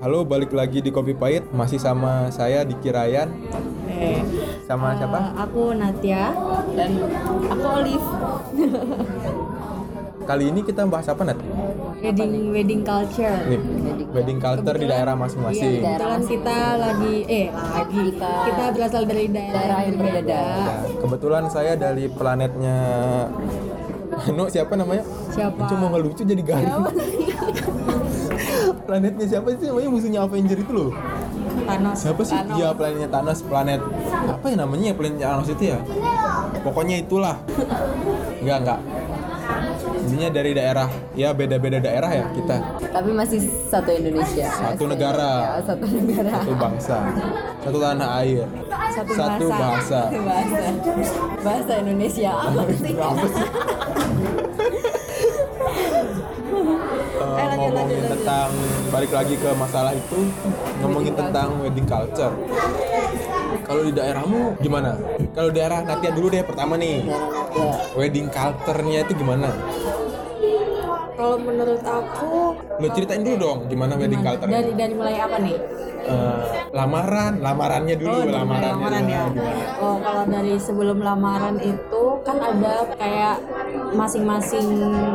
Halo, balik lagi di Kopi Pahit. Masih sama saya Diki Ryan. Sama siapa? Aku Natia dan aku Olive. Kali ini kita bahas apa, Nat? Wedding culture. Nih, wedding culture di daerah masing-masing. Iya, kebetulan kita kita berasal dari daerah yang berbeda. Ya, kebetulan saya dari planetnya siapa namanya? Siapa? Cuma ngelucu jadi garing. Planetnya siapa sih namanya, musuhnya Avenger itu loh? Thanos. Siapa sih? Iya, planetnya Thanos. Planet apa ya namanya? Planetnya Thanos itu ya? Pokoknya itulah. Enggak. Intinya dari daerah, ya beda-beda daerah ya kita. Tapi masih satu Indonesia. Satu negara. Ya, satu negara. Satu bangsa. Satu tanah air. Satu bahasa. Bahasa Indonesia. Apa sih? Ngomongin tentang, balik lagi ke masalah itu, ngomongin tentang wedding culture. Kalau di daerahmu gimana? Kalau daerah Natia dulu deh pertama nih. Wedding culture-nya itu gimana? Kalau menurut aku, Lo ceritain dulu dong gimana wedding culture-nya. dari mulai apa nih? Lamarannya dulu, lamaran ya. Oh, kalau dari sebelum lamaran itu kan ada kayak masing-masing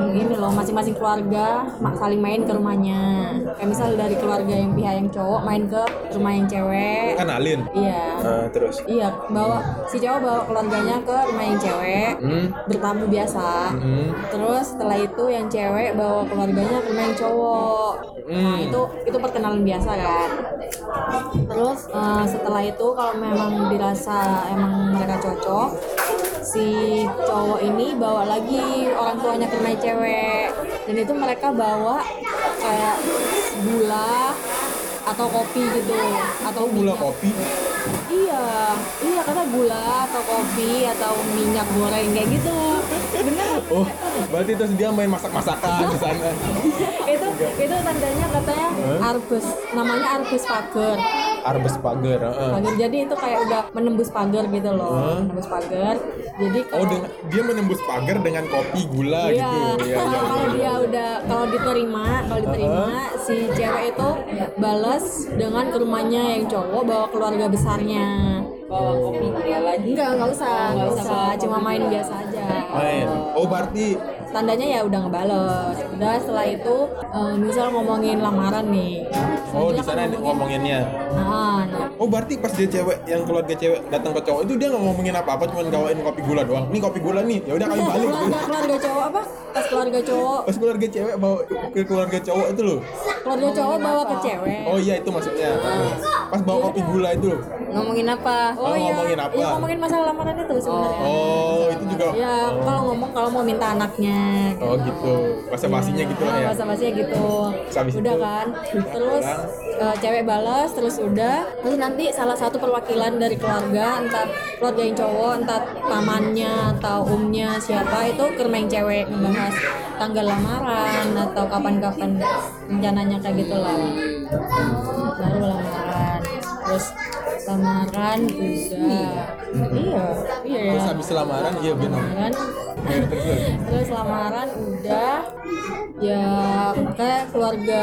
keluarga saling main ke rumahnya. Kayak misal dari keluarga yang pihak yang cowok main ke rumah yang cewek. Kenalin. Iya. Terus. Iya, si cowok bawa keluarganya ke rumah yang cewek, bertamu biasa. Terus setelah itu yang cewek bawa keluarganya ke rumah yang cowok. Nah, itu perkenalan biasa kan. Terus setelah itu kalau memang dirasa emang mereka cocok, si cowok ini bawa lagi orang tuanya ke rumah cewek. Dan itu mereka bawa kayak gula atau kopi gitu, atau Gula minyak. kopi. Iya kata gula atau kopi atau minyak goreng kayak gitu. Bener. Oh, berarti terus dia main masak-masakan di sana. itu tandanya katanya arbes, namanya arbes pagar. Arbes pagar. Pagar, jadi itu kayak udah menembus pagar gitu loh. Menembus pagar. Jadi Dia menembus pagar dengan kopi gula gitu. Iya. Kalau diterima si cewek itu balas dengan ke rumahnya yang cowok bawa keluarga besarnya. Bawa kopi dia lagi. Enggak usah, cuma main biasa aja. Main. Oh, berarti Tandanya ya udah ngebales. Udah setelah itu misal ngomongin lamaran nih. di sana ngomonginnya. Nah. Oh, berarti pas dia cewek, yang keluarga cewek datang ke cowok itu dia nggak ngomongin apa-apa, cuma bawain kopi gula doang. Nih kopi gula nih. Ya udah kami balik. Keluarga cowok apa? Pas keluarga cowok. Pas keluarga cewek bawa ke keluarga cowok itu loh. Keluarga cowok bawa ke cewek. Oh iya, itu maksudnya. Pas bawa kopi gula itu loh. Ngomongin apa? Ngomongin apa? Iya, ngomongin masalah lamaran itu sebenarnya. Oh, itu juga. Ya, kalau mau minta anaknya. Oh gitu. Basa-basinya gitu lah ya. Basa-basinya gitu. Habis Udah itu, kan. Terus cewek balas, terus nanti salah satu perwakilan dari keluarga, entah keluarga yang cowok, entah pamannya atau umnya siapa, itu ke rumah yang cewek ngebahas tanggal lamaran atau kapan-kapan rencananya kayak gitulah. Baru lamaran. Terus lamaran udah. Iya. Terus habis lamaran, iya benar. Lamaran. Terus lamaran udah, ya kayak keluarga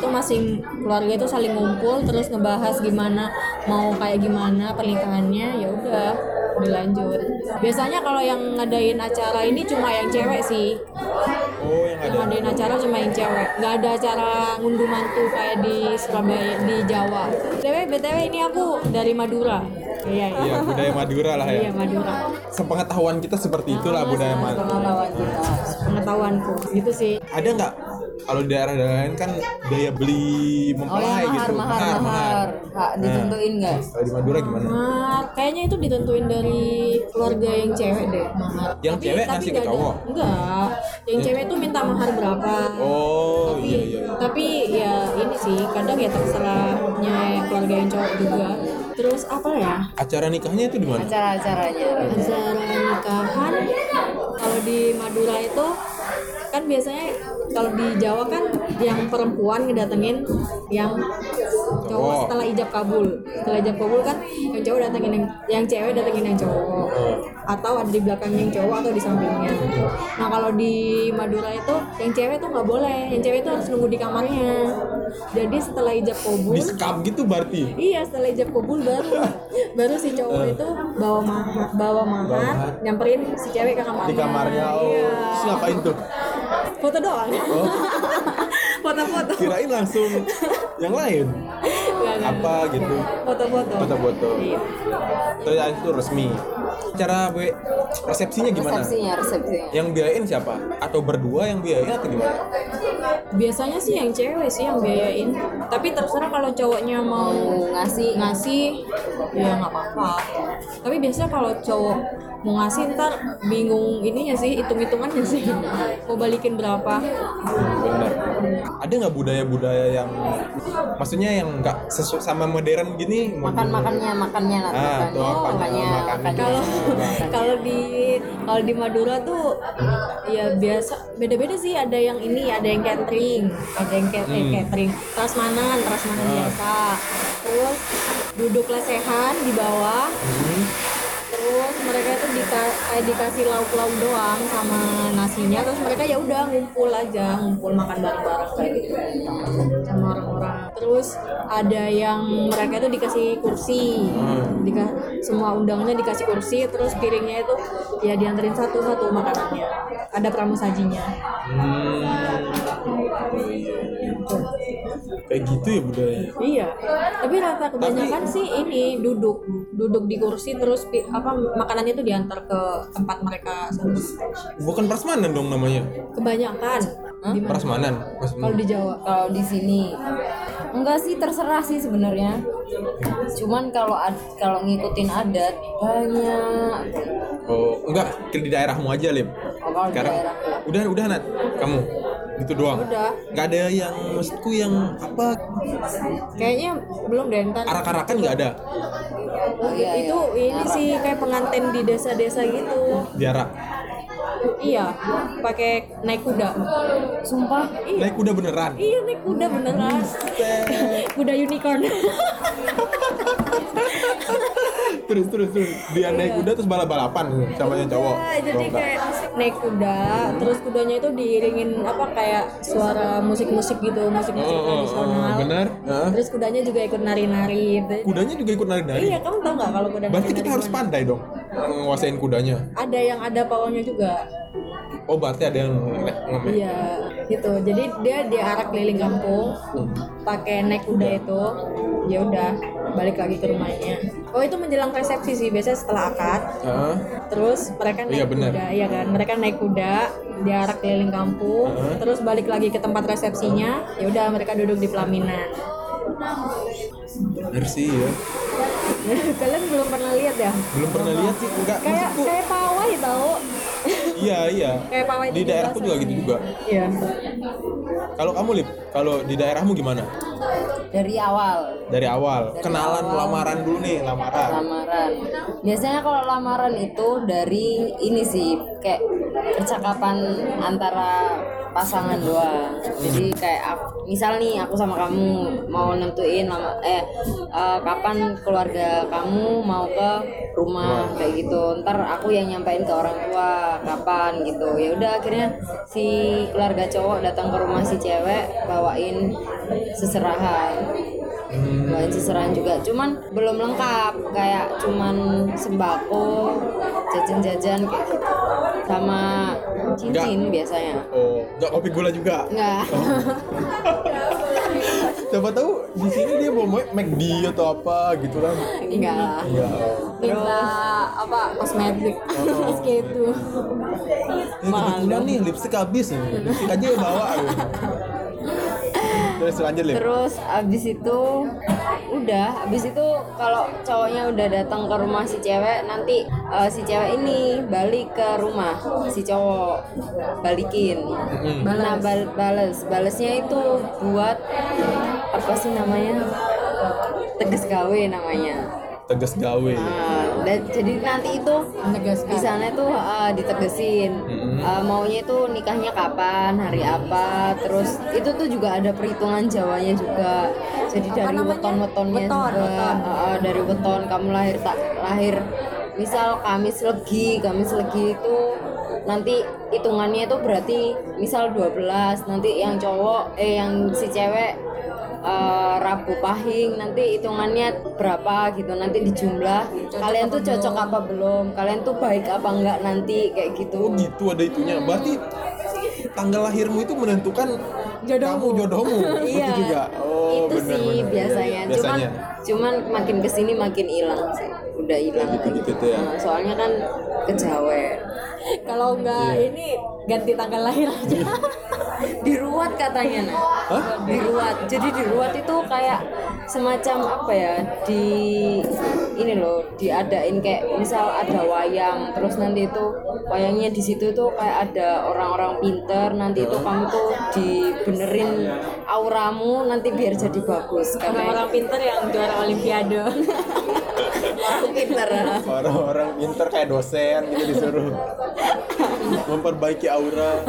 itu saling ngumpul terus ngebahas gimana mau kayak gimana pernikahannya. Ya udah dilanjut. Biasanya kalau yang ngadain acara ini cuma yang cewek sih. Oh, yang ada. Ngadain acara cuma yang cewek. Nggak ada acara ngunduh mantu kayak di Surabaya, di Jawa. BTW ini aku dari Madura. Iya, budaya Madura lah ya. Iya, Madura. Sepengetahuan kita seperti itulah budaya Madura. Pengetahuanku gitu sih. Ada nggak kalau di daerah-daerah lain kan daya beli mempelai gitu. Mahar. Ditentuin nggak? Kalau di Madura gimana? Mahar, kayaknya itu ditentuin dari keluarga yang cewek deh, mahar. Yang cewek ngasih ke cowok? Enggak. Yang cewek tuh minta mahar berapa. Oh, iya. Tapi ya ini sih, kadang ya terserahnya keluarga yang cowok juga. Terus apa ya? Acara nikahnya itu di mana? Acara-acaranya. Acara nikahan kalau di Madura itu kan biasanya, kalau di Jawa kan yang perempuan ngedatengin yang cowok setelah ijab kabul. Setelah ijab kabul kan yang cowok datengin yang cewek datengin yang cowok, atau ada di belakang yang cowok atau di sampingnya. Nah kalau di Madura itu yang cewek tuh nggak boleh, yang cewek tuh harus nunggu di kamarnya. Jadi setelah ijab kabul, Disekap gitu berarti. iya setelah ijab kabul baru si cowok itu bawa mahar, nyamperin si cewek ke kamarnya. Di kamarnya. Iya. Terus ngapain tuh? Foto doang. Foto-foto. Kirain langsung yang lain. Nggak. Apa gitu? Foto-foto. Foto-foto. Iya. Terus itu resmi. Cara resepsinya gimana? Resepsinya. Yang biayain siapa? Atau berdua yang biayain atau gimana? Biasanya sih yang cewek sih yang biayain. Tapi terserah kalau cowoknya mau ngasih ya nggak apa-apa. Tapi biasanya kalau cowok mau ngasih ntar bingung ininya sih, hitung-hitungannya sih. Mau balikin berapa? Bener. Ada nggak budaya-budaya yang maksudnya yang nggak sesuai sama modern gini? makannya Ah, tuh apa? Makannya. Kalau di Madura tuh ya biasa beda-beda sih, ada yang ini, ada yang catering, ada yang catering, prasmanan biasa. Terus duduk lesehan di bawah. Terus mereka itu dikasih lauk-lauk doang sama nasinya, terus mereka ya udah ngumpul makan bareng-bareng kayak gitu sama orang-orang. Terus ada yang mereka itu dikasih kursi, semua undangannya dikasih kursi, terus piringnya itu ya dianterin satu-satu makanannya, ada pramusajinya. Kayak gitu ya budaya. Iya, tapi rata kebanyakan sih ini duduk di kursi, terus makanannya itu diantar ke tempat mereka. Bukan prasmanan dong namanya. Kebanyakan di mana? Prasmanan. Kalau di Jawa. Kalau di sini enggak sih, terserah sih sebenarnya. Cuman kalau ngikutin adat banyak. Oh, enggak, di daerahmu aja, Lim. Oh, kalau di Sekarang daerahku. udah Nat, kamu gitu doang. Udah. Nggak ada yang maksudku yang apa? Kayaknya belum deh, ntar. Arak-arakan nggak ada. Iya, Itu ini sih kayak pengantin di desa-desa gitu. Diarak. Iya, pakai naik kuda. Sumpah, iya. Naik kuda beneran. Iya, naik kuda beneran. Kuda unicorn. terus dia naik kuda terus balap-balapan sama yang cowok. Iya, jadi Lomba. kayak naik kuda, terus kudanya itu diiringin kayak suara musik-musik gitu, musik-musik tradisional. Bener. Terus kudanya juga ikut nari-nari. Kudanya juga ikut nari-nari. Iya, kamu tahu nggak kalau kuda Berarti nari-nari kita harus gimana? pandai dong nguasain kudanya. Ada yang ada pawangnya juga. Oh, berarti ada yang ngemek. Iya, gitu. Jadi dia diarak keliling kampung, pakai naik kuda itu. Ya udah, balik lagi ke rumahnya. Oh, itu menjelang resepsi sih, biasanya setelah akad. Terus mereka naik kuda, ya kan? Mereka naik kuda, diarak keliling kampung, terus balik lagi ke tempat resepsinya. Ya udah, mereka duduk di pelaminan. Bener sih ya. Kalian belum pernah lihat ya? Belum pernah lihat sih, enggak maksudku. Kayak pawai tau. Iya. Kayak pawai Di daerahku juga gitu juga. Iya. Kalau kamu, Lip, kalau di daerahmu gimana? Dari awal. Kenalan, lamaran dulu nih, lamaran. Biasanya kalau lamaran itu dari ini sih, kayak percakapan antara pasangan doang. Jadi kayak misal nih aku sama kamu mau nentuin kapan keluarga kamu mau ke rumah kayak gitu. Ntar aku yang nyampein ke orang tua kapan gitu. Ya udah, akhirnya si keluarga cowok datang ke rumah si cewek bawain seserahan. Bawain seserahan juga, cuman belum lengkap, kayak cuman sembako, jajan-jajan kayak gitu, sama cincin biasanya. Oh, nggak kopi gula juga? Enggak. Siapa tahu di sini dia mau McD atau apa gitu kan? Enggak. Iya. Minta kosmetik. Terus kayak itu. Kebetulan nih lipstick habis nih. Lipstick aja bawa. Terus lanjut, Lip. Terus abis itu kalau cowoknya udah datang ke rumah si cewek, nanti si cewek ini balik ke rumah si cowok, balikin. Nah, balesnya itu buat apa sih namanya? Tegas gawe namanya. Tegas gawe. Nah, Dan jadi nanti itu Menegaskan. di sana itu ditegesin maunya itu nikahnya kapan, hari apa, terus itu tuh juga ada perhitungan Jawanya juga. Jadi dari namanya? weton-wetonnya Weton, juga weton. dari weton kamu lahir misal Kamis Legi itu nanti hitungannya itu berarti misal 12, nanti yang cowok yang si cewek Rabu Pahing, nanti hitungannya berapa gitu, nanti dijumlah kalian tuh cocok apa belum, kalian tuh baik apa enggak nanti kayak gitu. Oh gitu, ada itunya. Berarti tanggal lahirmu itu menentukan kamu jodohmu. Iya, Gitu juga. Oh, itu benar, sih benar. biasanya. Iya, iya. Cuman makin kesini makin hilang sih, udah hilang. Gitu-gitu tuh ya. Soalnya kan kejawen, Kalau enggak ini ganti tanggal lahir aja. diruat katanya nah. Hah? Diruat. Jadi diruat itu kayak semacam apa ya? Ini loh, diadain kayak misal ada wayang, terus nanti itu wayangnya di situ tuh kayak ada orang-orang pinter, nanti itu kamu tuh dibenerin auramu nanti biar jadi bagus. Karena Orang-orang pinter yang juara olimpiade. orang pinter. Orang-orang pinter kayak dosen gitu disuruh memperbaiki aura.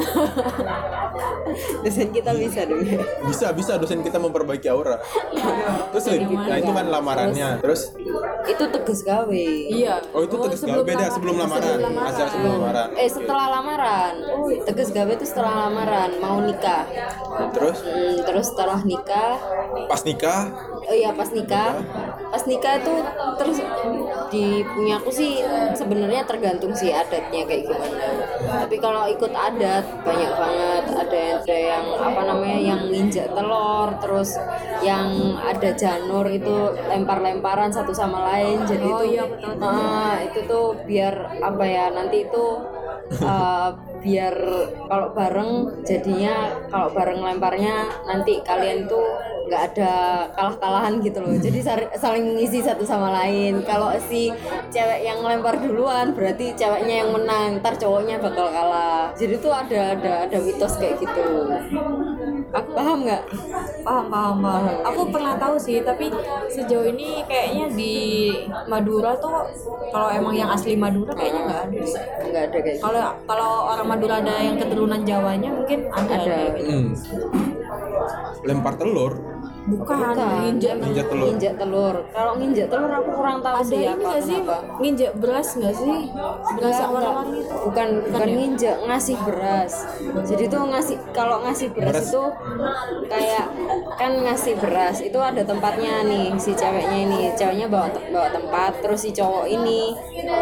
Dosen kita bisa dong. Bisa dosen kita memperbaiki aura. Terus nah itu kan lamarannya. Terus Itu tegas gawe. Iya. oh itu tegas gawe beda sebelum lamaran. Acara sebelum lamaran. Setelah lamaran. Tegas gawe itu setelah lamaran, mau nikah. Terus Terus setelah nikah, pas nikah oh iya pas nikah itu terus di punya aku sih sebenarnya tergantung sih adatnya kayak gimana. Tapi kalau ikut adat banyak banget, ada yang apa namanya yang nginjak telur, terus yang ada janur itu lempar-lemparan satu sama lain. Jadi Oh, itu iya, betul. itu tuh biar apa ya nanti itu biar kalau bareng jadinya kalau bareng lemparnya nanti kalian tuh nggak ada kalah-kalahan gitu loh, jadi saling mengisi satu sama lain. Kalau si cewek yang lempar duluan berarti ceweknya yang menang, ntar cowoknya bakal kalah. Jadi tuh ada mitos kayak gitu. Aku paham nggak? Paham. Aku pernah tahu sih, tapi sejauh ini kayaknya di Madura tuh kalau emang yang asli Madura kayaknya nggak ada sih. Nggak ada kayak gitu. Kalau orang Madura ada yang keturunan Jawanya mungkin ada. Ada. lempar telur. Bukan, nginjek Nginjak telur. Kalau nginjak telur aku kurang tahu ada sih ini apa nggak sih kenapa. nginjek beras nggak sih, beras yang warna-warni itu bukan ya? nginjek, ngasih beras. Jadi tuh kalau ngasih beras itu kayak kan ngasih beras itu ada tempatnya nih, si ceweknya bawa tempat, terus si cowok ini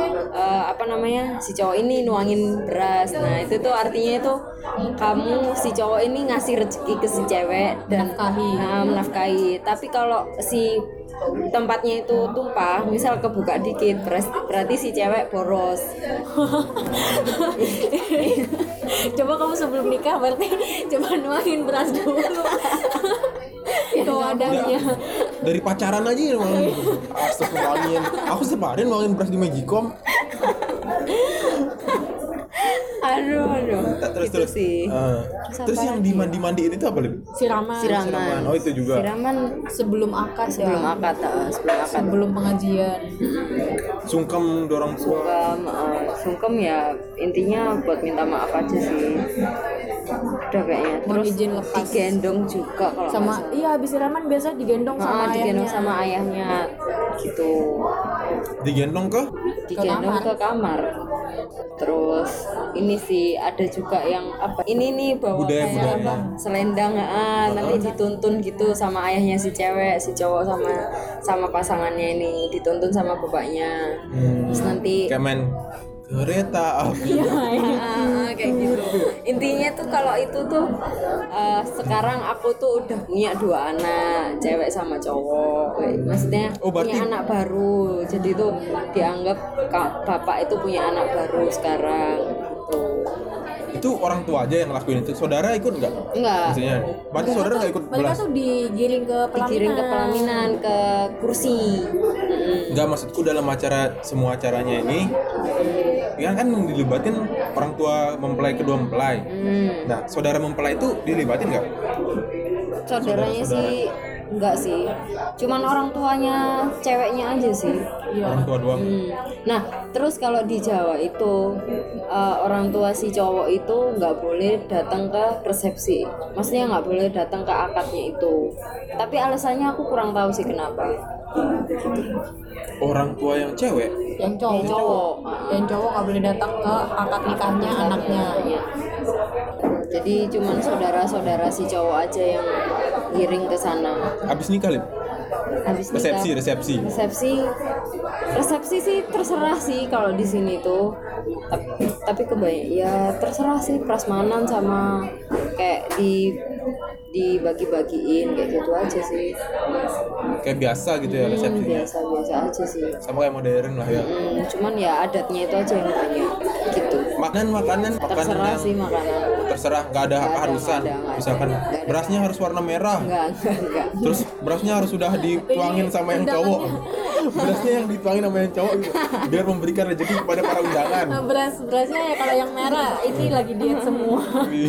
si cowok ini nuangin beras. Nah itu tuh artinya itu kamu si cowok ini ngasih rezeki ke si cewek dan menafkahi. Tapi kalau si tempatnya itu tumpah, misal kebuka dikit, berarti si cewek boros. Coba kamu sebelum nikah berarti coba nuangin beras dulu ke wadahnya. Dari pacaran aja ya wangi. Astagfirullahaladzim. Aku separin wangiin beras di Magicom. Aduh. Terus sih. Terus yang dimandiin itu apa lebih? Siraman. Oh itu juga. Siraman Sebelum akad sebelum ya. akad, Sebelum pengajian. Sungkem dorong tua. sungkem ya intinya buat minta maaf aja sih. Udah kayaknya. Mohon Terus izin lepas. digendong juga kalau Sama nggak salah. iya habis siraman biasa digendong sama digendong ayahnya. sama ayahnya gitu. Digendong ke? Digendong ke kamar. Terus ini sih ada juga yang apa? Ini nih bawa Budaya. apa? Selendang, nanti dituntun gitu sama ayahnya si cewek, si cowok sama pasangannya ini dituntun sama bapaknya. Terus nanti Kemen kereta api. kayak gitu. Intinya tuh kalau itu tuh sekarang aku tuh udah punya 2 anak, cewek sama cowok. Maksudnya Oh, berarti- punya anak baru. Jadi tuh dianggap bapak itu punya anak baru sekarang gitu. Itu orang tua aja yang ngelakuin itu. Saudara ikut nggak? Enggak. Maksudnya, berarti saudara nggak ikut Mereka belas? tuh digiring ke pelaminan. Dikirim ke pelaminan ke kursi. Nggak, maksudku dalam semua acaranya ini, kan dilibatin orang tua mempelai kedua mempelai. Nah, saudara mempelai itu dilibatin nggak? Saudaranya Saudara. sih enggak sih. Cuman orang tuanya ceweknya aja sih. Orang tua doang. Nah, terus kalau di Jawa itu orang tua si cowok itu nggak boleh datang ke resepsi. Maksudnya nggak boleh datang ke akadnya itu. Tapi alasannya aku kurang tahu sih kenapa. Orang tua yang cewek. Yang cowok. Yang cowok nggak boleh datang ke akad nikahnya anaknya. Ya. Jadi cuman saudara-saudara si cowok aja yang giring ke sana. Habis nikah, Lip? Habis nikah. Resepsi sih terserah sih kalau di sini tuh. Tapi kebanyakan ya terserah sih, prasmanan sama kayak dibagi-bagiin kayak gitu aja sih. Kayak biasa gitu ya resepsinya. Biasa aja sih. Sama kayak modern lah ya. Cuman ya adatnya itu aja yang banyak gitu. Makanan Terserah yang sih makanan. terserah, nggak ada keharusan. Misalkan berasnya harus warna merah. Enggak. Terus berasnya harus sudah dituangin sama yang cowok. Berasnya yang dituangin sama yang cowok gitu, biar memberikan rezeki kepada para undangan. Berasnya ya kalau yang merah ini lagi diet semua.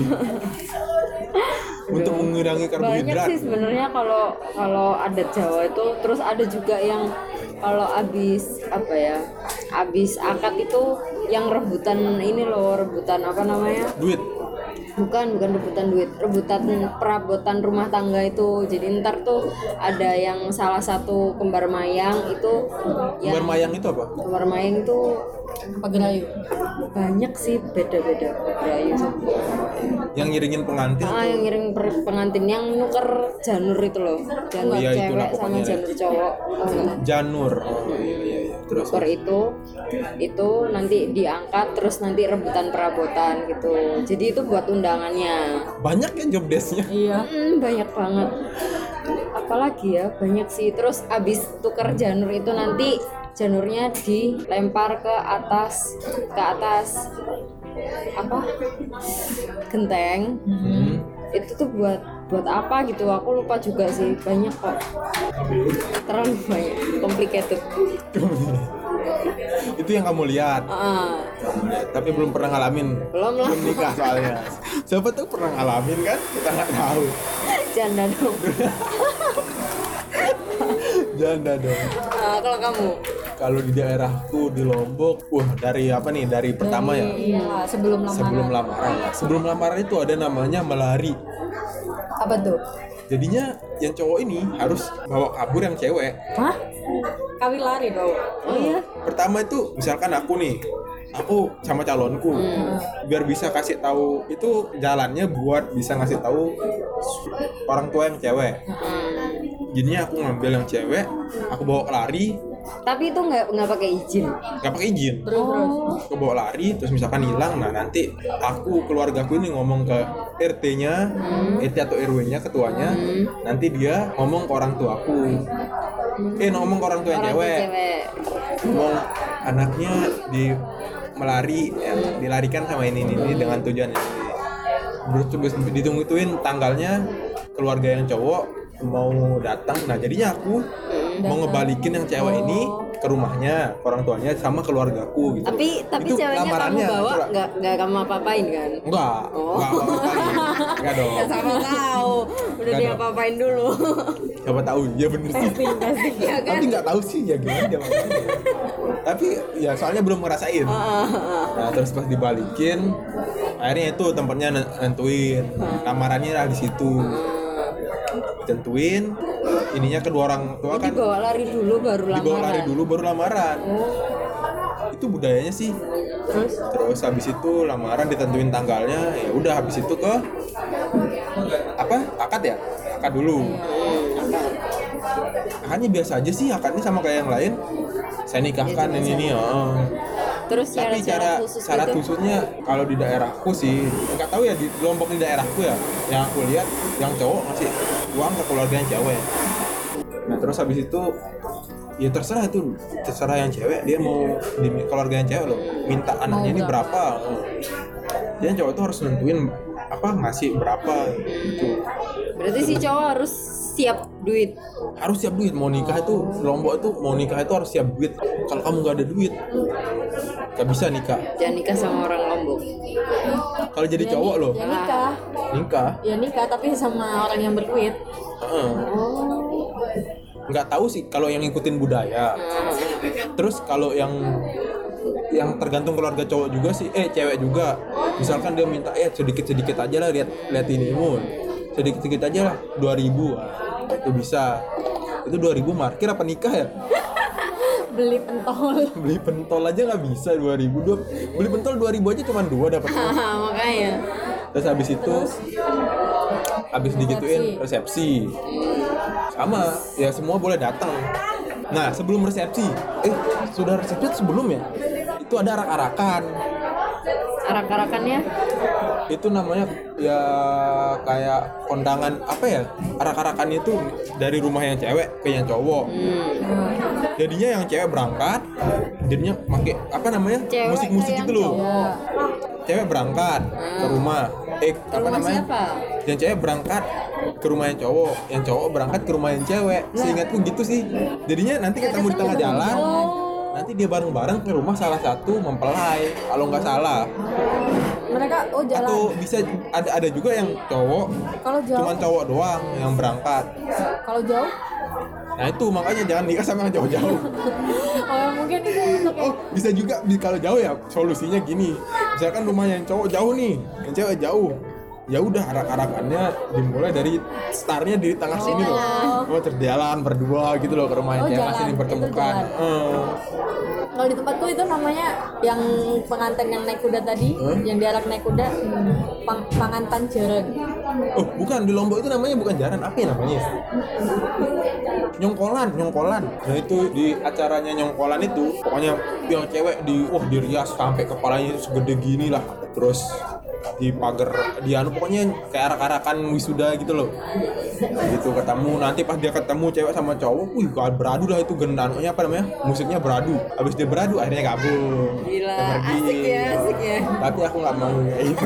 Untuk mengurangi Banyak karbohidrat. sih sebenarnya kalau adat Jawa itu. Terus ada juga yang kalau abis akad itu yang rebutan ini loh, rebutan apa namanya? Duit. Bukan rebutan duit, rebutan perabotan rumah tangga itu. Jadi ntar tuh ada yang salah satu kembar mayang itu. Kembar mayang itu apa? Kembar mayang itu Apa gerayu? banyak sih, beda-beda gerayu. Yang ngiringin pengantin. Yang ngiring pengantin yang nuker janur itu loh, janur iya, itulah cewek sama pokoknya. janur cowok. Janur. Oh iya. Terus. Nuker itu nanti diangkat, terus nanti rebutan perabotan gitu. Jadi itu buat undangannya. Banyak ya job desk-nya. Iya. Banyak banget. Apalagi ya, banyak sih. Terus abis tuker janur itu nanti janurnya dilempar ke atas apa? Genteng. Itu tuh buat apa gitu, aku lupa juga sih. Banyak kok, terlalu banyak, complicated. Itu yang kamu lihat. Tapi belum pernah ngalamin. Belum lah. Belum nikah soalnya. Siapa tuh pernah ngalamin kan? Kita nggak tahu. Janda dong. Janda dong. Kalau kamu? Kalau di daerahku di Lombok, dari apa nih? Dari pertama ya. Iya, sebelum lamaran. Sebelum lamaran itu ada namanya melari. Apa tuh? Jadinya yang cowok ini harus bawa kabur yang cewek. Hah? Kawin lari dong. Oh iya? Pertama itu misalkan aku sama calonku, biar bisa kasih tahu itu jalannya buat bisa ngasih tahu orang tua yang cewek. Jadinya aku ngambil yang cewek, aku bawa lari. Tapi itu nggak pakai izin. Nggak pakai izin. Terus. Aku bawa lari, terus misalkan hilang, nah nanti keluargaku ini ngomong ke RT-nya, RT atau RW-nya, ketuanya, nanti dia ngomong ke orang tuaku. Ngomong ke orang tua yang cewek. Ngomong anaknya dilarikan sama ini dengan tujuan ini. Terus ditungguin tanggalnya, keluarga yang cowok mau datang. Nah jadinya aku mau ngebalikin yang cewek ini ke rumahnya, ke orang tuanya sama keluargaku gitu. Tapi itu ceweknya kamu bawa nggak kamu apa-apain kan? Enggak apa-apain. Enggak dong. Ya sama tahu, udah dia apa-apain dulu. Siapa tahu, ya bener sih. Ya kan? Tapi nggak tahu sih ya gimana dia maksudnya. Tapi ya soalnya belum ngerasain. Nah terus pas dibalikin, akhirnya itu tempatnya nentuin lamarannya lah di situ. Tentuin ininya kedua orang tua kan dibawa lari dulu baru lamaran. Itu budayanya sih. Terus habis itu lamaran ditentuin tanggalnya, ya udah habis itu ke akad dulu. Akadnya biasa aja sih, akadnya sama kayak yang lain. Saya nikahkan ini. Terus tapi syarat khususnya kalau di daerahku sih nggak tahu ya, di Lombok di daerahku ya, yang aku lihat yang cowok ngasih uang ke keluarga yang cewek. Nah terus habis itu ya terserah yang cewek, dia mau di keluarga yang cewek loh minta anaknya ini berapa. Dia yang cowok tuh harus nentuin ngasih berapa gitu. Berarti si cowok harus siap duit. Mau nikah itu Lombok itu mau nikah itu harus siap duit. Kalau kamu nggak ada duit nggak bisa nikah. Jangan nikah sama orang Lombok. Kalau jadi cowok loh Ya nikah. nikah Ya nikah tapi sama orang yang berduit. nggak tahu sih kalau yang ngikutin budaya. Terus kalau yang tergantung keluarga cowok juga sih, cewek juga. Misalkan dia minta sedikit aja lah lihat inimu. Sedikit aja lah 2.000. Itu bisa. Itu 2.000 markir apa nikah ya? Beli pentol. Beli pentol aja nggak bisa 2.000. Beli pentol 2.000 aja cuma 2 dapat. Makanya. Terus habis digituin resepsi. Sama, ya semua boleh datang. Nah, sebelum resepsi, sudah resepsi sebelum ya? Itu ada arak-arakan. Arak-arakannya? Itu namanya ya kayak kondangan apa ya? Arak-arakan itu dari rumah yang cewek ke yang cowok. Jadinya yang cewek berangkat, jadinya pakai apa namanya? Cewek musik-musik ke gitu yang loh. cowok. Cewek berangkat ke rumah. Apa rumah namanya? siapa? Yang cewek berangkat ke rumah yang cowok berangkat ke rumah yang cewek. Seingatku gitu sih. Jadinya nanti ketemu di tengah jalan. Nanti dia bareng-bareng ke rumah salah satu mempelai, kalau nggak salah. Mereka jalan. Atau bisa ada juga yang cowok, Kalau jauh. cuman cowok doang yang berangkat. Kalau jauh? Nah itu makanya jangan nikah sama yang jauh-jauh. Mungkin itu untuk Oh bisa juga kalau jauh ya solusinya gini. Misalkan rumah yang cowok jauh nih, yang cewek jauh. Ya udah arak-arakannya dimulai dari startnya di tengah sini loh. Terjalan berdua gitu loh ke rumah yang cewek masih dipertemukan. Kalau di tempatku itu namanya yang pengantin yang naik kuda tadi, yang diarak naik kuda, pangantan jeren. Oh bukan, di Lombok itu namanya bukan jaran, apa ya namanya? Nyongkolan. Nah itu di acaranya nyongkolan itu pokoknya yang cewek dirias sampai kepalanya itu segede gini lah. Terus di pagar pokoknya kayak arak-arakan wisuda gitu loh. Gitu ketemu, nanti pas dia ketemu cewek sama cowok, beradu lah itu gendannya apa namanya? Musiknya beradu. Habis dia beradu akhirnya gabung. Gila, pergi. asik ya. Tapi aku nggak mau kayak itu.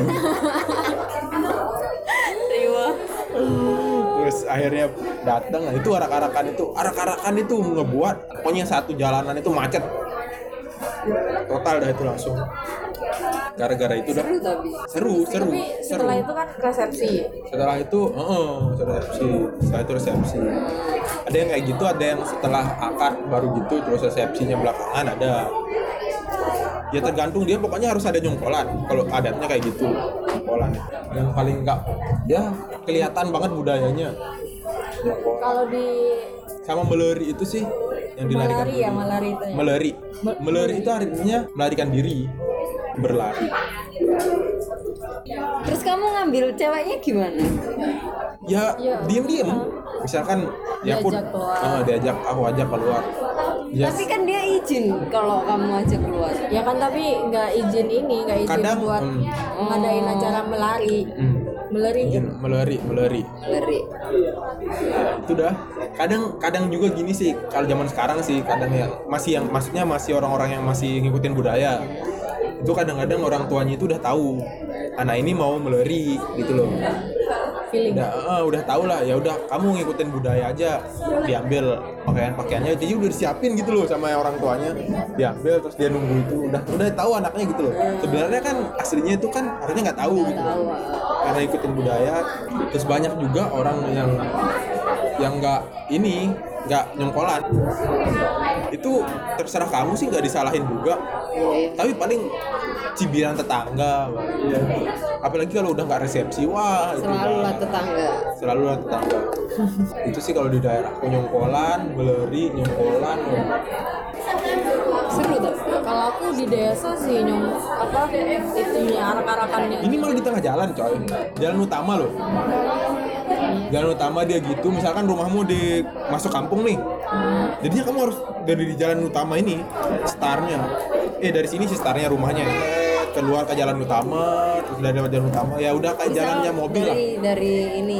Terus akhirnya datang, itu arak-arakan itu ngebuat pokoknya satu jalanan itu macet total dah itu langsung gara-gara itu dah. Seru. Tapi setelah itu kan resepsi. Setelah itu resepsi. Ada yang kayak gitu, ada yang setelah akad baru gitu, terus resepsinya belakangan ada. Ya tergantung dia, pokoknya harus ada nyongkolan. Kalau adatnya kayak gitu, nyongkolan. Yang paling enggak ya kelihatan banget budayanya. Kalau di Sama meleri itu sih yang dilarikan. meleri itu ya. Meleri itu artinya melarikan diri, berlari. Terus kamu ngambil ceweknya gimana? Ya diem-diem. Misalkan ya aku aku ajak keluar. Yes. Tapi kan dia izin kalau kamu ajak keluar. Ya kan, tapi nggak izin Kadang, buat ngadain acara melari. Meleri. Ya, itu dah. Kadang juga gini sih, kalau zaman sekarang sih kadang ya masih orang-orang yang masih ngikutin budaya. Itu kadang-kadang orang tuanya itu udah tahu anak ini mau meleri gitu loh. Udah tahu lah, ya udah kamu ngikutin budaya aja, diambil pakaiannya jadi udah disiapin gitu loh sama orang tuanya, diambil terus dia nunggu itu udah tahu anaknya gitu loh. Sebenarnya kan aslinya itu kan harusnya nggak tahu gitu loh. Karena ikutin budaya. Terus banyak juga orang yang nggak nyongkolan. Itu terserah kamu sih, nggak disalahin juga. Tapi paling cibiran tetangga. Apalagi kalau udah nggak resepsi, selalu lah tetangga. Itu sih kalau di daerah nyongkolan, meleri, nyongkolan. Seru tuh. Kalau aku di desa sih itunya arak-arakannya. Ini malah di tengah jalan coy, jalan utama loh. Jalan utama dia gitu, misalkan rumahmu di masuk kampung nih. Jadinya kamu harus dari di jalan utama ini startnya. Dari sini sih startnya rumahnya. Keluar ke jalan utama, terus dari jalan utama ya udah kayak jalannya mobil lah. Dari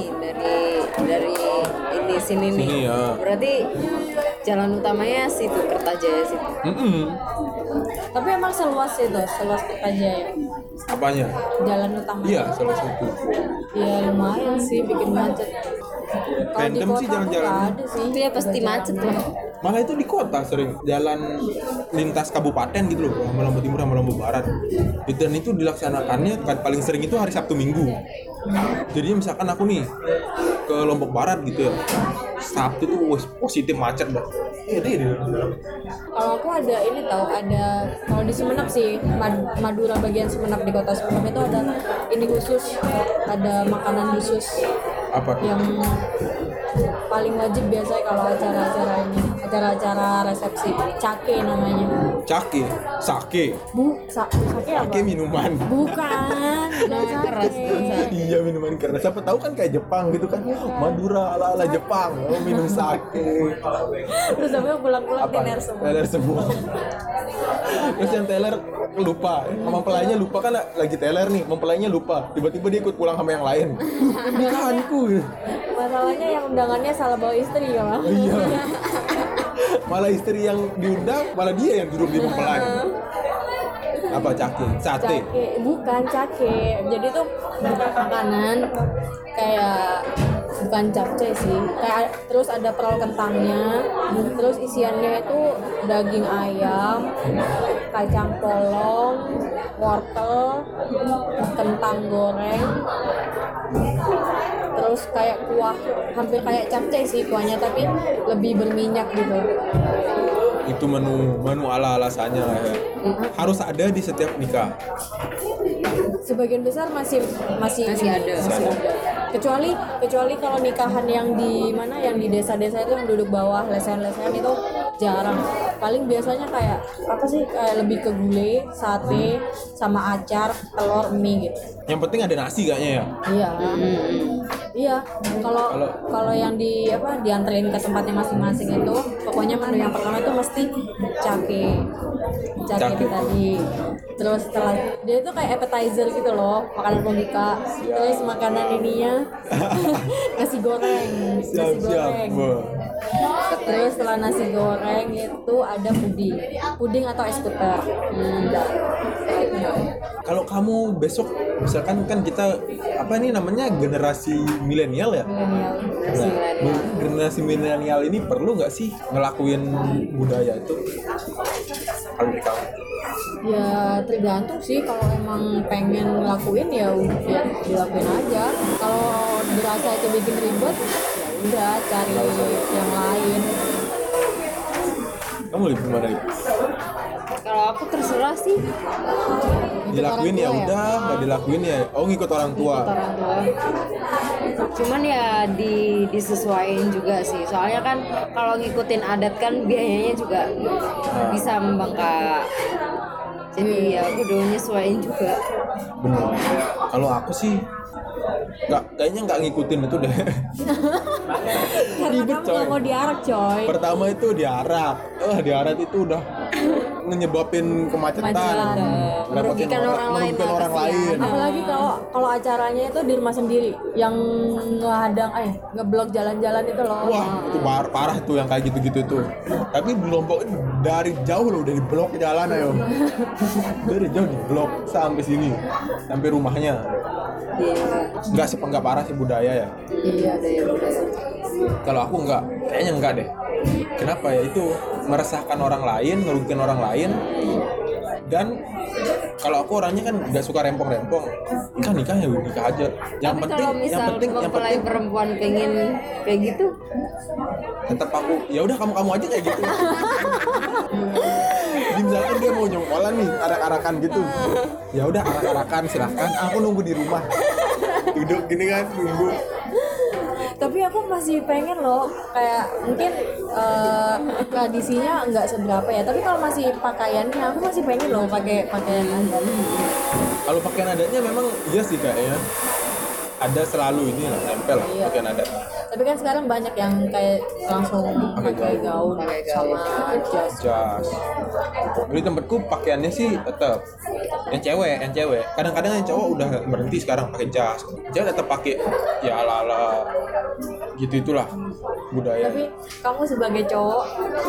sini nih. Ya. Berarti jalan utamanya situ Kertajaya situ. Tapi emang seluas Kertajaya. Apanya? Jalan utama. Iya, salah satu. Ya lumayan sih bikin macet. Kalau di Random kota sih tuh jalan-jalan. nggak ada sih. Itu ya pasti macet lah. Malah itu di kota sering jalan lintas kabupaten gitu loh, sama Lombok Timur sama Lombok Barat. Dan itu dilaksanakannya paling sering itu hari Sabtu Minggu. Jadi misalkan aku nih ke Lombok Barat gitu ya, Sabtu tuh wes positif macet dah. Iya deh. Kalau aku ada ini tahu, ada kalau di Sumenep sih, Madura bagian Sumenep, di kota Sumenep itu ada ini khusus, ada makanan khusus Apa? yang paling wajib biasanya kalau acara-acara resepsi, cake namanya. Cake, sake, Sake apa? sake minuman. Bukan, Minuman keras, Iya minuman keras. Siapa tahu kan kayak Jepang gitu kan. Madura ala Jepang, oh, minum sake. Terus sampai pulang-pulang Apa? teler semua. Teler semua. Terus yang teler lupa, mempelainya lupa kan lagi teler nih, mempelainya lupa. Tiba-tiba dia ikut pulang sama yang lain. Nikahanku. Masalahnya yang undangannya salah bawa istri ya, Bang. Iya. Malah istri yang diundang, malah dia yang duduk di mempelai. Apa cake? Sate. Cake, bukan cake. Jadi tuh makanan kayak bukan capcay sih. Kayak terus ada perol kentangnya, terus isiannya itu daging ayam, kacang polong, wortel, kentang goreng. Terus kayak kuah, hampir kayak capcay sih kuahnya, tapi lebih berminyak gitu. Itu menu ala-alasannya lah ya. Harus ada di setiap nikah. Sebagian besar masih ada. Kecuali kalau nikahan yang di mana, yang di desa-desa itu yang duduk bawah, lesehan-lesehan itu jarang. Paling biasanya kayak apa sih, kayak lebih ke gulai, sate, sama acar, telur, mie gitu. Yang penting ada nasi kayaknya ya. Iya. Iya. Kalau yang dianterin ke tempatnya masing-masing itu, pokoknya menu yang pertama itu mesti cake itu tadi. Terus setelah dia itu kayak appetizer gitu loh, makanan pembuka. Terus makanan ininya nasi goreng. Siap. Terus setelah nasi goreng itu ada puding atau es puter. Kalau kamu besok misalkan kan kita apa nih namanya generasi milenial ya? Milenial. Nah, generasi milenial ini perlu nggak sih ngelakuin budaya itu? Kalau dari kamu? Ya tergantung sih, kalau emang pengen ngelakuin ya udah dilakuin aja. Kalau dirasa itu bikin ribet, ya udah cari yang lain. Kamu lebih gimana nih? Kalau aku terserah sih. Dilakuin ya udah, nggak dilakuin ya. Oh ngikut orang tua. Orang tua. Cuman ya disesuaikan juga sih. Soalnya kan kalau ngikutin adat kan biayanya juga bisa membengkak. Jadi ya aku udah nyesuaiin juga. Bener. Kalau aku sih kayaknya nggak ngikutin itu deh. Karena kamu nggak mau diarak, coy. Pertama itu diarak. Diarak itu udah menyebabin kemacetan, Merugikan orang lain. Apalagi kalau acaranya itu di rumah sendiri, yang ngehadang, ngeblok jalan-jalan itu loh. Wah, itu parah tuh yang kayak gitu-gitu tuh. Tapi di Lombok dari jauh loh, udah diblok jalan ayo. Dari jauh diblok sampai sini, sampai rumahnya. Iya. Enggak parah sih budaya ya. Iya, ada yang budaya. Kalau aku kayaknya enggak deh. Kenapa ya? Itu meresahkan orang lain, ngerugikan orang lain. Dan kalau aku orangnya kan nggak suka rempong-rempong. Nikah ya nikah aja. Tapi kalau misal mempelai perempuan pengen kayak gitu, tetap aku ya udah kamu aja kayak gitu. Misalkan dia mau nyongkolan nih, arak-arakan gitu. Ya udah arak-arakan silahkan. Aku nunggu di rumah. Duduk gini kan nunggu. Tapi aku masih pengen loh, kayak mungkin tradisinya nggak seberapa ya, tapi kalau masih pakaiannya aku masih pengen loh pakai pakaian adat. Kalau pakaian adatnya memang iya sih kayaknya. Ada selalu ini lah, nempel lah Iya. pakaian adat. Tapi kan sekarang banyak yang kayak langsung pakai gaun sama jas. Jas. Di tempatku pakaiannya sih tetap yang cewek. Kadang-kadang yang cowok udah berhenti sekarang pakai jas. Jas tetap pakai ya ala-ala gitu itulah budaya. Tapi kamu sebagai cowok kan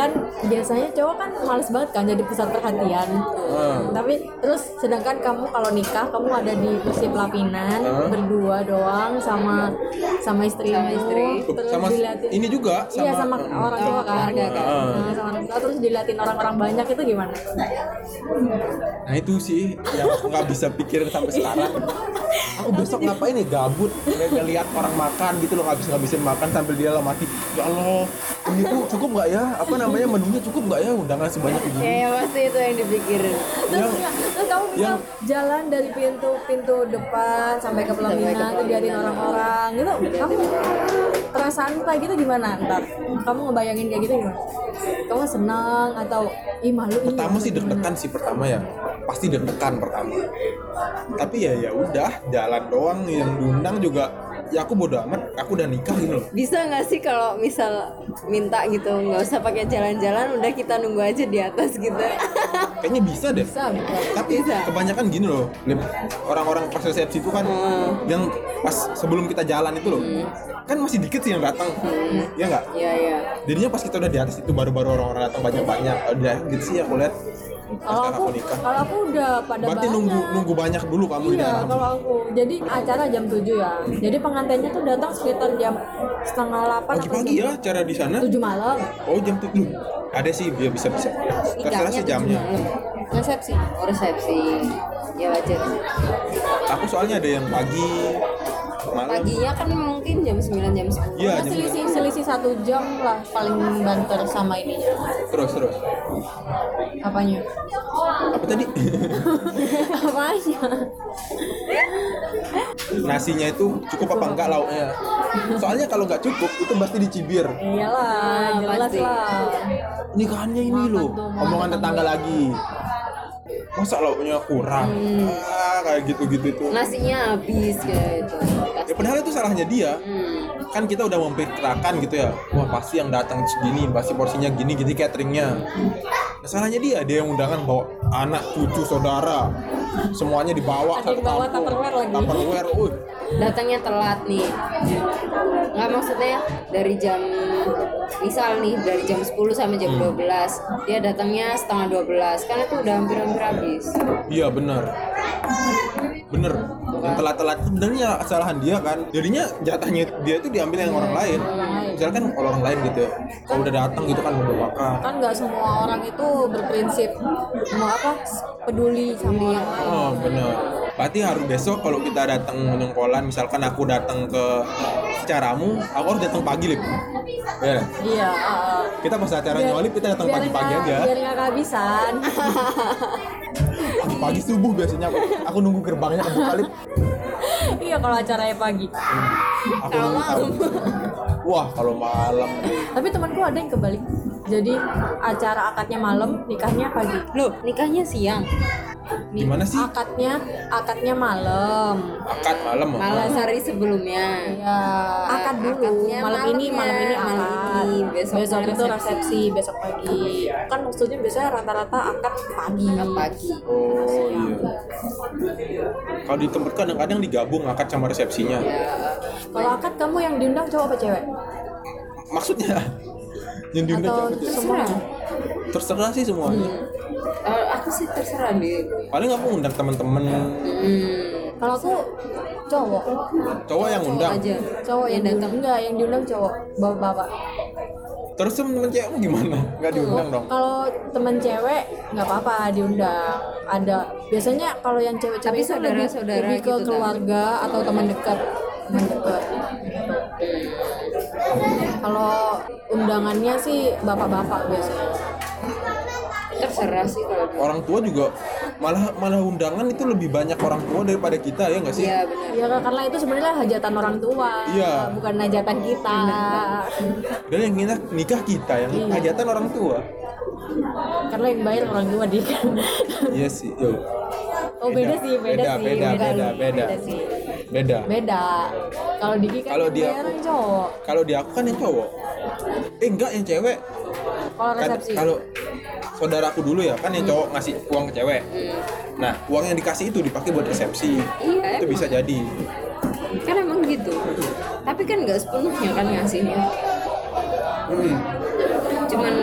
kan biasanya cowok kan males banget kan jadi pusat perhatian. Tapi terus sedangkan kamu kalau nikah kamu ada di kursi pelaminan berdua doang sama istrimu. Sama istri. Terus Sama diliatin. ini juga Iya sama orang tua kan. Nah, sama orang tua terus diliatin orang-orang banyak itu gimana? Nah itu sih yang aku nggak bisa pikirin sampai sekarang. Aku besok ngapain nih, gabut ngeliat orang makan gitu loh, ngabisin makan sambil dia lah mati. Ya Allah, ini tuh cukup nggak ya? Apa namanya, menunya cukup nggak ya? Undangan sebanyak ini. Ya pasti itu yang dipikirin. Terus kamu bisa jalan dari pintu depan sampai ke pelaminan tuh diliatin orang-orang gitu. Kamu perasaan kayak gitu gimana ntar? Kamu ngebayangin kayak gitu gimana? Kamu senang atau malu ini? Pertama sih deg-degan sih pertama ya. Pasti deg-degan pertama. Tapi ya udah, jalan doang, yang diundang juga ya aku bodo amat, aku udah nikah gitu loh. Bisa nggak sih kalau misal minta gitu nggak usah pakai jalan-jalan, udah kita nunggu aja di atas gitu. Kayaknya bisa deh. Bisa. Tapi Bisa. kebanyakan gini loh, Lip. Orang-orang pas resepsi itu kan yang pas sebelum kita jalan itu loh, kan masih dikit sih yang datang, ya nggak? Iya. Jadinya pas kita udah di atas itu baru-baru orang-orang datang banyak-banyak. Kalau udah gitu sih aku lihat. Kalau aku udah pada Berarti banyak. nunggu banyak dulu kamu di Iya, dalam. kalau aku. Jadi acara jam 7 ya. Jadi pengantinnya tuh datang sekitar jam 7:30 Pagi-pagi ya acara di sana. 7 malam. Oh jam 7. Ada sih, dia bisa. Terserah sih jamnya. Resepsi. Oh, resepsi. Ya wajar. Aku soalnya ada yang pagi, malam. Paginya kan mungkin jam 9 jam 10. Iya, jam Selisih 1 jam lah paling banter sama ininya. Terus. Apanya? Apa tadi? Apanya? Nasinya itu cukup apa enggak lauknya? Soalnya kalau nggak cukup itu pasti dicibir. Iyalah, jelas pasti. lah. Nikahannya ini loh, omongan tetangga lagi. Masa lauknya kurang? Kayak gitu-gitu itu. Nasinya habis kayak itu. Ya padahal itu salahnya dia. Kan kita udah memperkirakan gitu ya. Wah pasti yang datang segini, pasti porsinya gini cateringnya. Nah, salahnya dia yang undangan bawa anak, cucu, saudara. Semuanya dibawa Ada satu dibawa kampung. Tupperware lagi. Tupperware, Datangnya telat nih. Nggak, maksudnya dari jam misal nih dari jam 10 sampai jam 12 dia datangnya setengah 12 kan itu udah hampir habis. Iya benar. Yang telat-telat itu sebenarnya kesalahan dia kan. Jadinya jatahnya dia itu diambil yang orang lain. Misalkan kalau orang lain gitu ya, kalau udah datang gitu kan mau makan. Kan nggak semua orang itu berprinsip mau peduli sama orang lain. Oh benar. Berarti harus besok kalau kita datang menyengkolan, misalkan aku datang ke acaramu, aku harus datang pagi Lip. Ya. Iya. Kita pas acara nyolip kita datang pagi-pagi aja. Biar nggak kehabisan. Pagi subuh biasanya aku nunggu gerbangnya kebuka Lip. Iya kalau acaranya pagi. Aku nunggu. Wah kalau malam. Tapi temanku ada yang kebalik. Jadi acara akadnya malam, nikahnya pagi. Loh, nikahnya siang. Gimana sih? Akadnya malam. Akad malam. Malam hari sebelumnya. Iya. Akad dulu. Akadnya Malam ini akad. malam ini, besok itu resepsi besok pagi. Kan maksudnya biasanya rata-rata akad pagi. Akad pagi. Oh iya. Kalau di tempat kadang-kadang digabung akad sama resepsinya. Kalau akad kamu yang diundang cowok apa cewek? Maksudnya yang diundang Atau siapa? semua? Terserah sih semuanya. Kalau aku sih terserah deh. Paling aku undang teman-teman. Kalau aku cowok. Cowok yang undang. Aja. Cowok yang datang enggak, yang diundang cowok, bapak-bapak. Terus temen cewekmu gimana? Nggak diundang dong? Kalau temen cewek nggak apa-apa diundang. Ada biasanya kalau yang cewek-cewek Tapi itu saudara-saudara lebih ke gitu, keluarga atau teman dekat. Kalau undangannya sih bapak-bapak biasanya. Terserah sih kalau gitu. Orang tua juga malah undangan itu lebih banyak orang tua daripada kita ya nggak sih? Iya benar. Ya karena itu sebenarnya hajatan orang tua, Iya. bukan hajatan kita. Dan yang nikah kita, yang hajatan orang tua. Karena yang bayar orang tua dia. Iya sih. Yo. Oh beda sih. sih. Beda. Kalau Diki kan Kalau yang dia- bayar yang cowok. Kalau di aku kan yang cowok. Enggak, yang cewek. Kalau Kan resepsi. kalau saudaraku dulu ya kan yang cowok ngasih uang ke cewek. Nah, uang yang dikasih itu dipakai buat resepsi. Iya, Itu bisa jadi. Kan emang gitu. Tapi kan nggak sepenuhnya kan ngasihnya. Cuman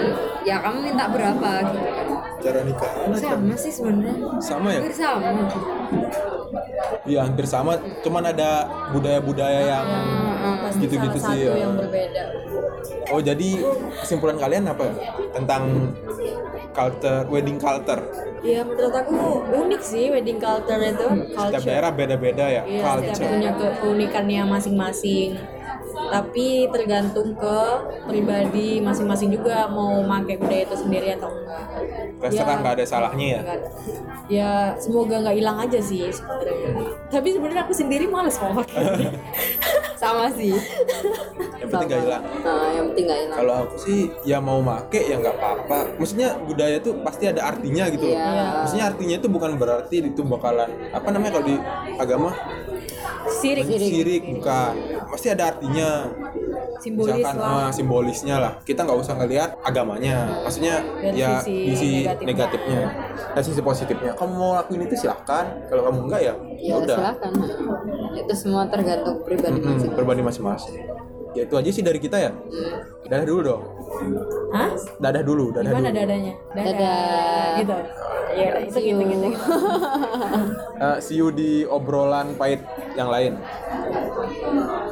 ya kamu minta berapa gitu. Cara nikah Sama sih sebenarnya. sama ya? Hampir sama. Iya hampir sama, cuman ada budaya-budaya yang Pasti gitu-gitu salah sih. satu Ya. yang berbeda. Oh jadi kesimpulan kalian apa tentang wedding culture? Ya menurut aku unik sih wedding culture itu. Setiap daerah beda-beda ya. Iya, setiap Culture. punya keunikannya masing-masing. Tapi tergantung ke pribadi masing-masing juga mau pakai budaya itu sendiri atau enggak. Terserah nggak ada salahnya ya. Enggak. Ya semoga nggak hilang aja sih sebenarnya. Tapi sebenarnya aku sendiri males mau pakai. Sama sih. Yang penting nggak hilang. Nah, yang penting nggak hilang. Kalau aku sih ya mau make ya nggak apa-apa. Maksudnya budaya tuh pasti ada artinya gitu loh. Iya. Maksudnya artinya itu bukan berarti itu bakalan apa namanya kalau di agama sirik bukan. Pasti ada artinya. Simbolis Misalkan lah. simbolisnya lah. Kita nggak usah ngelihat agamanya. Maksudnya Dan ya sisi sisi negatifnya. negatifnya. Dan sisi positifnya. Kamu mau lakuin itu silahkan. Kalau kamu enggak ya Ya udah. silakan. Itu semua tergantung pribadi masing-masing. Pribadi masing-masing. Ya itu aja sih dari kita ya. Dadah dulu dong. Hah? Dadah dulu. Gimana dadanya? Dadah. Gitu. Iya, itu gitu. See you di obrolan pahit yang lain.